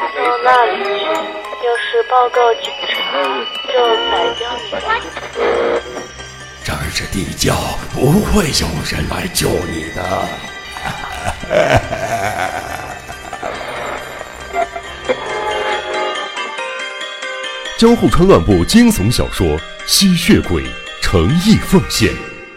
到那里去，要是报告警察，就宰掉你吧。 这儿是地窖，不会有人来救你的。 江户川乱步惊悚小说《吸血鬼》诚意奉献。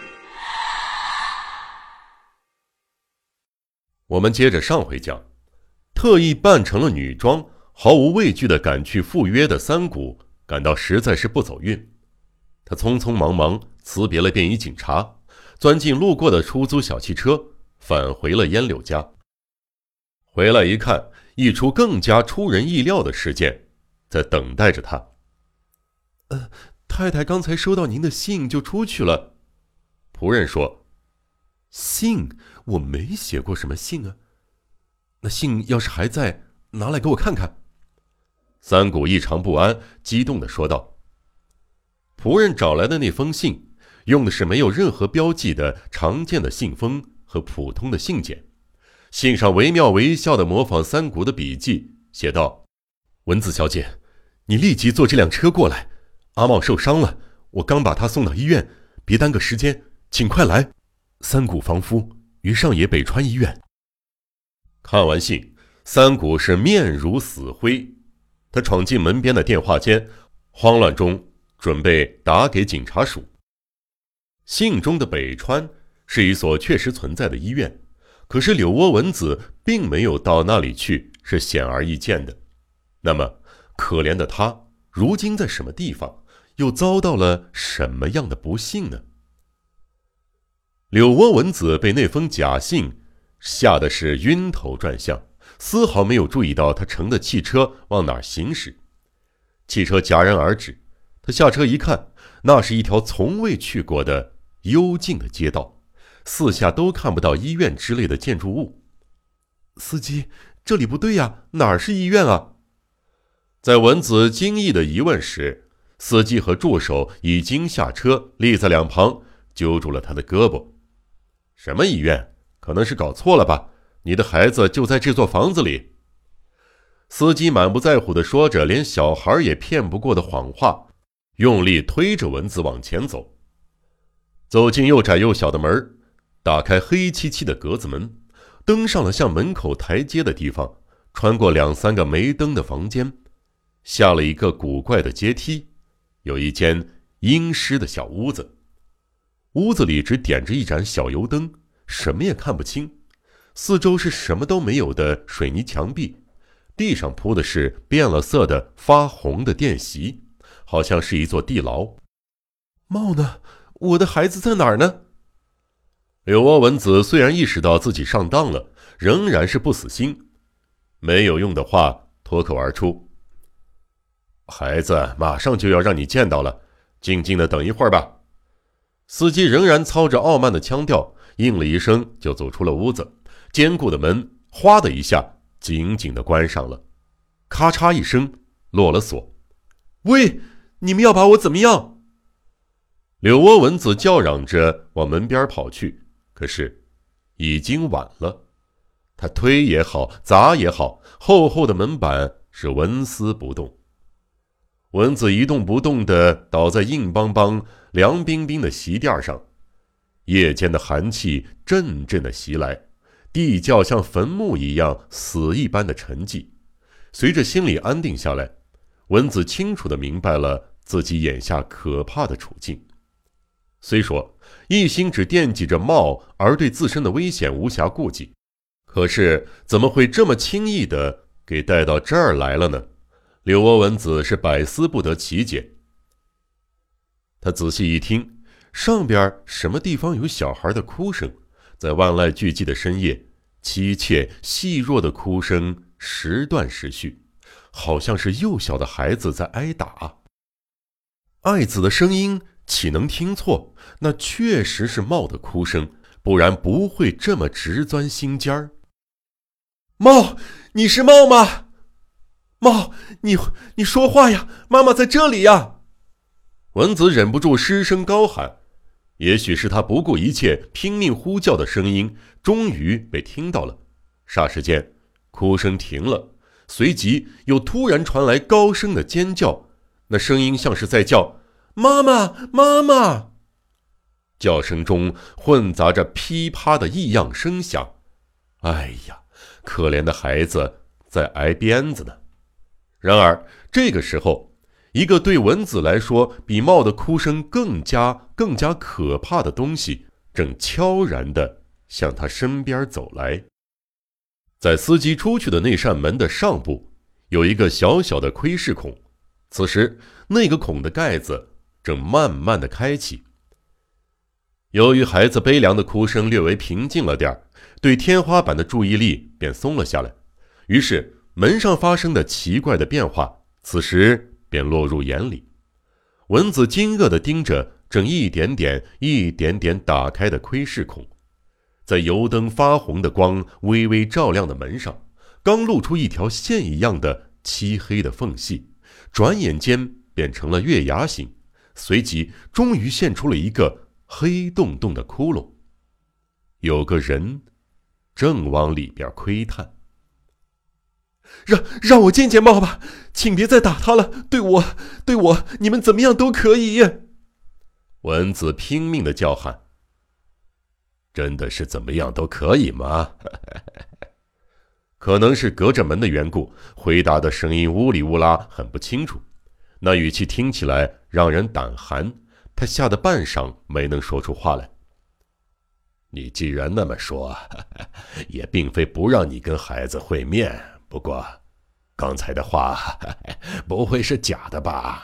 我们接着上回讲，特意扮成了女装，毫无畏惧地赶去赴约的三谷感到实在是不走运。他匆匆忙忙辞别了便衣警察，钻进路过的出租小汽车，返回了烟柳家。回来一看，一出更加出人意料的事件在等待着他。太太刚才收到您的信就出去了。仆人说：信？我没写过什么信啊。那信要是还在，拿来给我看看。三谷异常不安，激动地说道。仆人找来的那封信，用的是没有任何标记的常见的信封和普通的信件。信上惟妙惟肖地模仿三谷的笔记，写道：文子小姐，你立即坐这辆车过来，阿茂受伤了，我刚把他送到医院，别耽搁时间，请快来。三谷房夫于上野北川医院。看完信，三谷是面如死灰，他闯进门边的电话间，慌乱中准备打给警察署。信中的北川是一所确实存在的医院，可是柳窝文子并没有到那里去，是显而易见的。那么可怜的他如今在什么地方，又遭到了什么样的不幸呢？柳窝文子被那封假信吓得是晕头转向，丝毫没有注意到他乘的汽车往哪儿行驶。汽车戛然而止，他下车一看，那是一条从未去过的幽静的街道，四下都看不到医院之类的建筑物。司机，这里不对呀，哪儿是医院啊？在文子惊异的疑问时，司机和助手已经下车，立在两旁，揪住了他的胳膊。什么医院？可能是搞错了吧？你的孩子就在这座房子里。司机满不在乎地说着连小孩也骗不过的谎话，用力推着文子往前走。走进又窄又小的门，打开黑漆漆的格子门，登上了像门口台阶的地方，穿过两三个没灯的房间，下了一个古怪的阶梯，有一间阴湿的小屋子。屋子里只点着一盏小油灯，什么也看不清。四周是什么都没有的水泥墙壁，地上铺的是变了色的发红的垫席，好像是一座地牢。猫呢？我的孩子在哪儿呢？柳窝文子虽然意识到自己上当了，仍然是不死心，没有用的话脱口而出：孩子马上就要让你见到了，静静的等一会儿吧。司机仍然操着傲慢的腔调，应了一声就走出了屋子，坚固的门哗的一下紧紧地关上了，咔嚓一声落了锁。喂，你们要把我怎么样？柳窝文子叫嚷着往门边跑去，可是已经晚了。他推也好，砸也好，厚厚的门板是纹丝不动。文子一动不动地倒在硬邦邦凉冰冰的席垫上，夜间的寒气阵阵地袭来，地窖像坟墓一样死一般的沉寂。随着心里安定下来，文子清楚地明白了自己眼下可怕的处境。虽说一心只惦记着茂而对自身的危险无暇顾忌，可是怎么会这么轻易地给带到这儿来了呢？柳窝文子是百思不得其解。他仔细一听，上边什么地方有小孩的哭声，在万籁俱寂的深夜，凄切细弱的哭声时断时续，好像是幼小的孩子在挨打。爱子的声音岂能听错？那确实是茂的哭声，不然不会这么直钻心尖儿。茂，你是茂吗？茂，你说话呀，妈妈在这里呀！文子忍不住失声高喊，也许是他不顾一切拼命呼叫的声音终于被听到了。霎时间哭声停了， 随即又突然传来高声的尖叫，那声音像是在叫妈妈妈妈，叫声中混杂着噼啪的异样声响。哎呀，可怜的孩子在挨鞭子呢。然而这个时候，一个对蚊子来说比猫的哭声更加可怕的东西正悄然地向他身边走来。在司机出去的那扇门的上部有一个小小的窥视孔，此时那个孔的盖子正慢慢地开启。由于孩子悲凉的哭声略为平静了点，对天花板的注意力便松了下来，于是门上发生的奇怪的变化此时便落入眼里。蚊子惊愕地盯着正一点点打开的窥视孔，在油灯发红的光微微照亮的门上，刚露出一条线一样的漆黑的缝隙，转眼间变成了月牙形，随即终于现出了一个黑洞洞的窟窿，有个人正往里边窥探。让我见见猫吧，请别再打他了，对我你们怎么样都可以。蚊子拼命地叫喊。真的是怎么样都可以吗？可能是隔着门的缘故，回答的声音乌里乌拉，很不清楚，那语气听起来让人胆寒，他吓得半晌没能说出话来。你既然那么说，也并非不让你跟孩子会面，不过刚才的话不会是假的吧？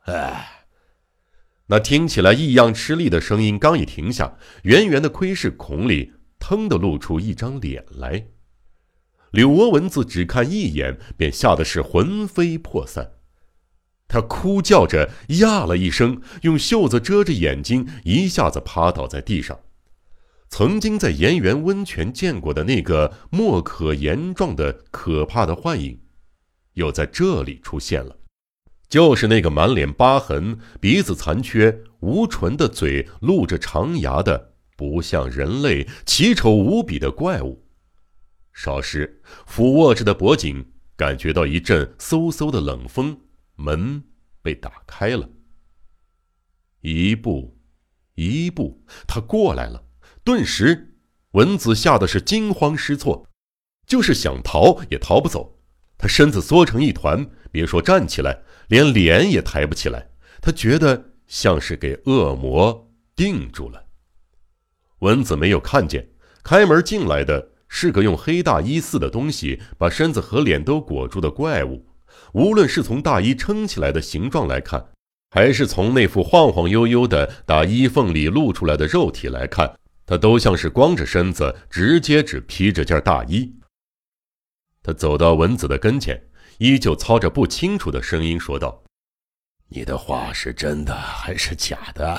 那听起来异样吃力的声音刚一停下，圆圆的窥视孔里腾地露出一张脸来。柳窝蚊子只看一眼便吓得是魂飞魄散，他哭叫着呀了一声，用袖子遮着眼睛，一下子趴倒在地上。曾经在盐源温泉见过的那个莫可言状的可怕的幻影又在这里出现了，就是那个满脸疤痕、鼻子残缺、无唇的嘴、露着长牙的不像人类、奇丑无比的怪物。稍时俯卧着的脖颈感觉到一阵嗖嗖的冷风，门被打开了。一步一步他过来了，顿时蚊子吓得是惊慌失措，就是想逃也逃不走。他身子缩成一团，别说站起来，连脸也抬不起来，他觉得像是给恶魔定住了。蚊子没有看见，开门进来的是个用黑大衣似的东西把身子和脸都裹住的怪物。无论是从大衣撑起来的形状来看，还是从那副晃晃悠悠的打衣缝里露出来的肉体来看，他都像是光着身子，直接只披着件大衣。他走到蚊子的跟前，依旧操着不清楚的声音说道： 你的话是真的还是假的？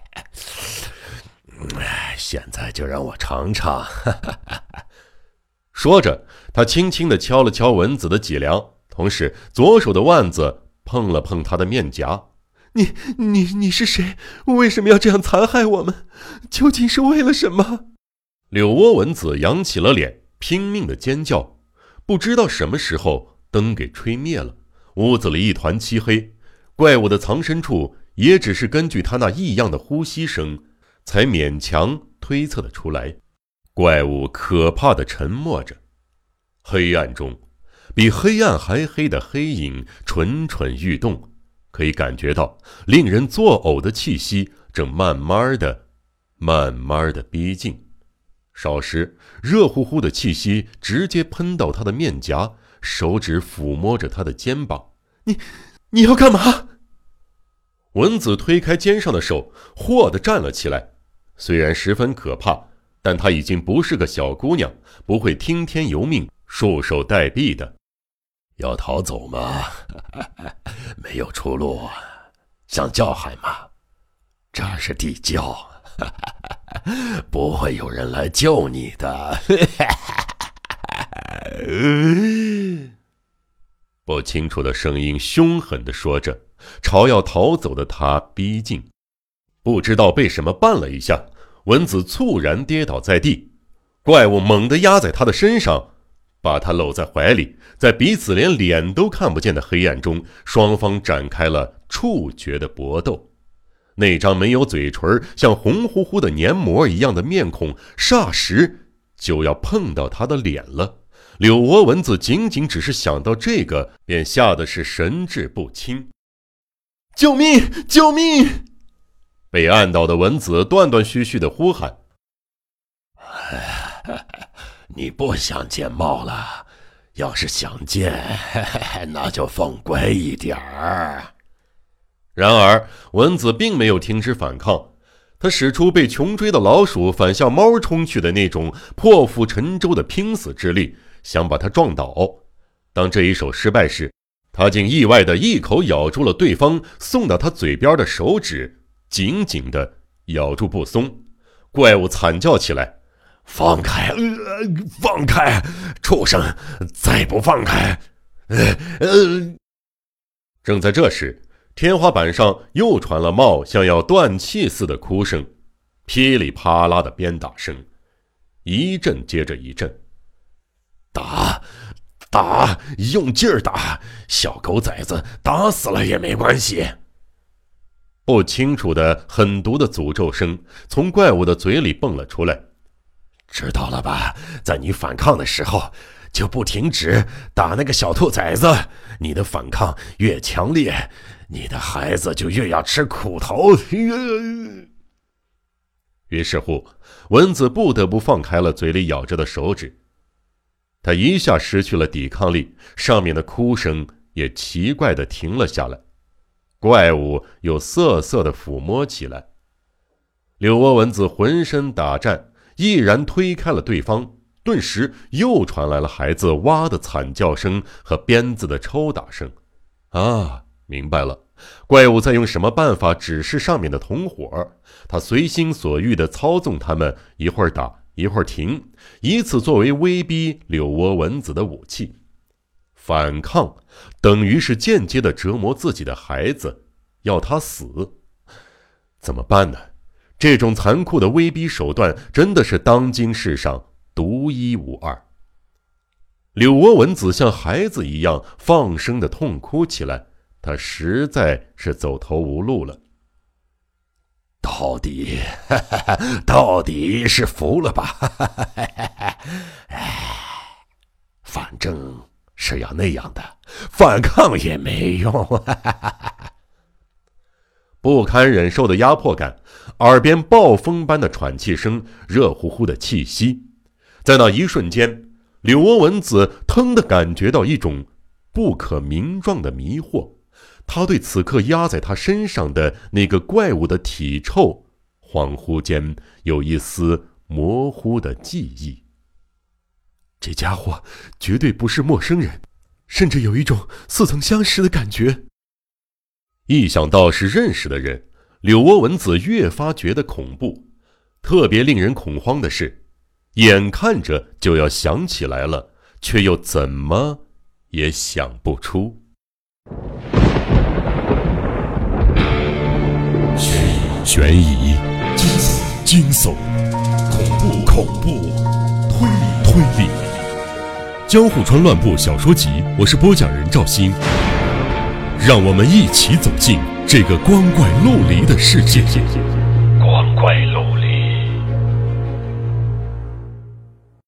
现在就让我尝尝。 说着，他轻轻地敲了敲蚊子的脊梁，同时左手的腕子碰了碰他的面颊。你是谁？为什么要这样残害我们？究竟是为了什么？柳窝蚊子扬起了脸，拼命的尖叫。不知道什么时候灯给吹灭了，屋子里一团漆黑，怪物的藏身处也只是根据他那异样的呼吸声才勉强推测得出来。怪物可怕的沉默着，黑暗中比黑暗还黑的黑影蠢蠢欲动，可以感觉到令人作呕的气息正慢慢的逼近。稍时，热乎乎的气息直接喷到他的面颊，手指抚摸着他的肩膀。你要干嘛？蚊子推开肩上的手，霍地站了起来。虽然十分可怕，但她已经不是个小姑娘，不会听天由命、束手待毙的。 要逃走吗？没有出路，想叫喊吗？这是地窖，不会有人来救你的。 不清楚的声音凶狠地说着，朝要逃走的他逼近。不知道被什么绊了一下，蚊子猝然跌倒在地，怪物猛地压在他的身上， 把他搂在怀里，在彼此连脸都看不见的黑暗中，双方展开了触觉的搏斗。那张没有嘴唇、像红乎乎的黏膜一样的面孔，霎时就要碰到他的脸了。柳窝蚊子仅仅只是想到这个，便吓得是神志不清。救命！救命！被按倒的蚊子断断续续地呼喊。 你不想见猫了？要是想见，那就放乖一点儿。 然而蚊子并没有停止反抗，他使出被穷追的老鼠反向猫冲去的那种破釜沉舟的拼死之力，想把它撞倒。当这一手失败时，他竟意外地一口咬住了对方送到他嘴边的手指，紧紧地咬住不松。怪物惨叫起来， 放开，放开，畜生，再不放开！ 正在这时，天花板上又传了茂像要断气似的哭声，噼里啪啦的鞭打声，一阵接着一阵。 打，打，用劲儿打，小狗崽子打死了也没关系。 不清楚的狠毒的诅咒声从怪物的嘴里蹦了出来。 知道了吧？在你反抗的时候，就不停止打那个小兔崽子。你的反抗越强烈，你的孩子就越要吃苦头。 于是乎，蚊子不得不放开了嘴里咬着的手指。他一下失去了抵抗力，上面的哭声也奇怪地停了下来。怪物又瑟瑟地抚摸起来。柳窝蚊子浑身打颤，毅然推开了对方，顿时又传来了孩子哇的惨叫声和鞭子的抽打声。啊，明白了，怪物在用什么办法指示上面的同伙，他随心所欲地操纵他们，一会儿打一会儿停，以此作为威逼柳窝蚊子的武器。反抗等于是间接地折磨自己的孩子，要他死。怎么办呢？这种残酷的威逼手段真的是当今世上独一无二。柳窝蚊子像孩子一样放声地痛哭起来，他实在是走投无路了。 到底是服了吧？反正是要那样的，反抗也没用。 不堪忍受的压迫感，耳边暴风般的喘气声，热乎乎的气息，在那一瞬间，柳窝蚊子腾地感觉到一种不可名状的迷惑。他对此刻压在他身上的那个怪物的体臭，恍惚间有一丝模糊的记忆。 这家伙绝对不是陌生人，甚至有一种似曾相识的感觉。 一想到是认识的人，柳窝蚊子越发觉得恐怖。特别令人恐慌的是，眼看着就要想起来了，却又怎么也想不出。 悬疑、惊悚、恐怖、推理。江户川乱步小说集，我是播讲人赵鑫。让我们一起走进这个光怪陆离的世界。 光怪陆离。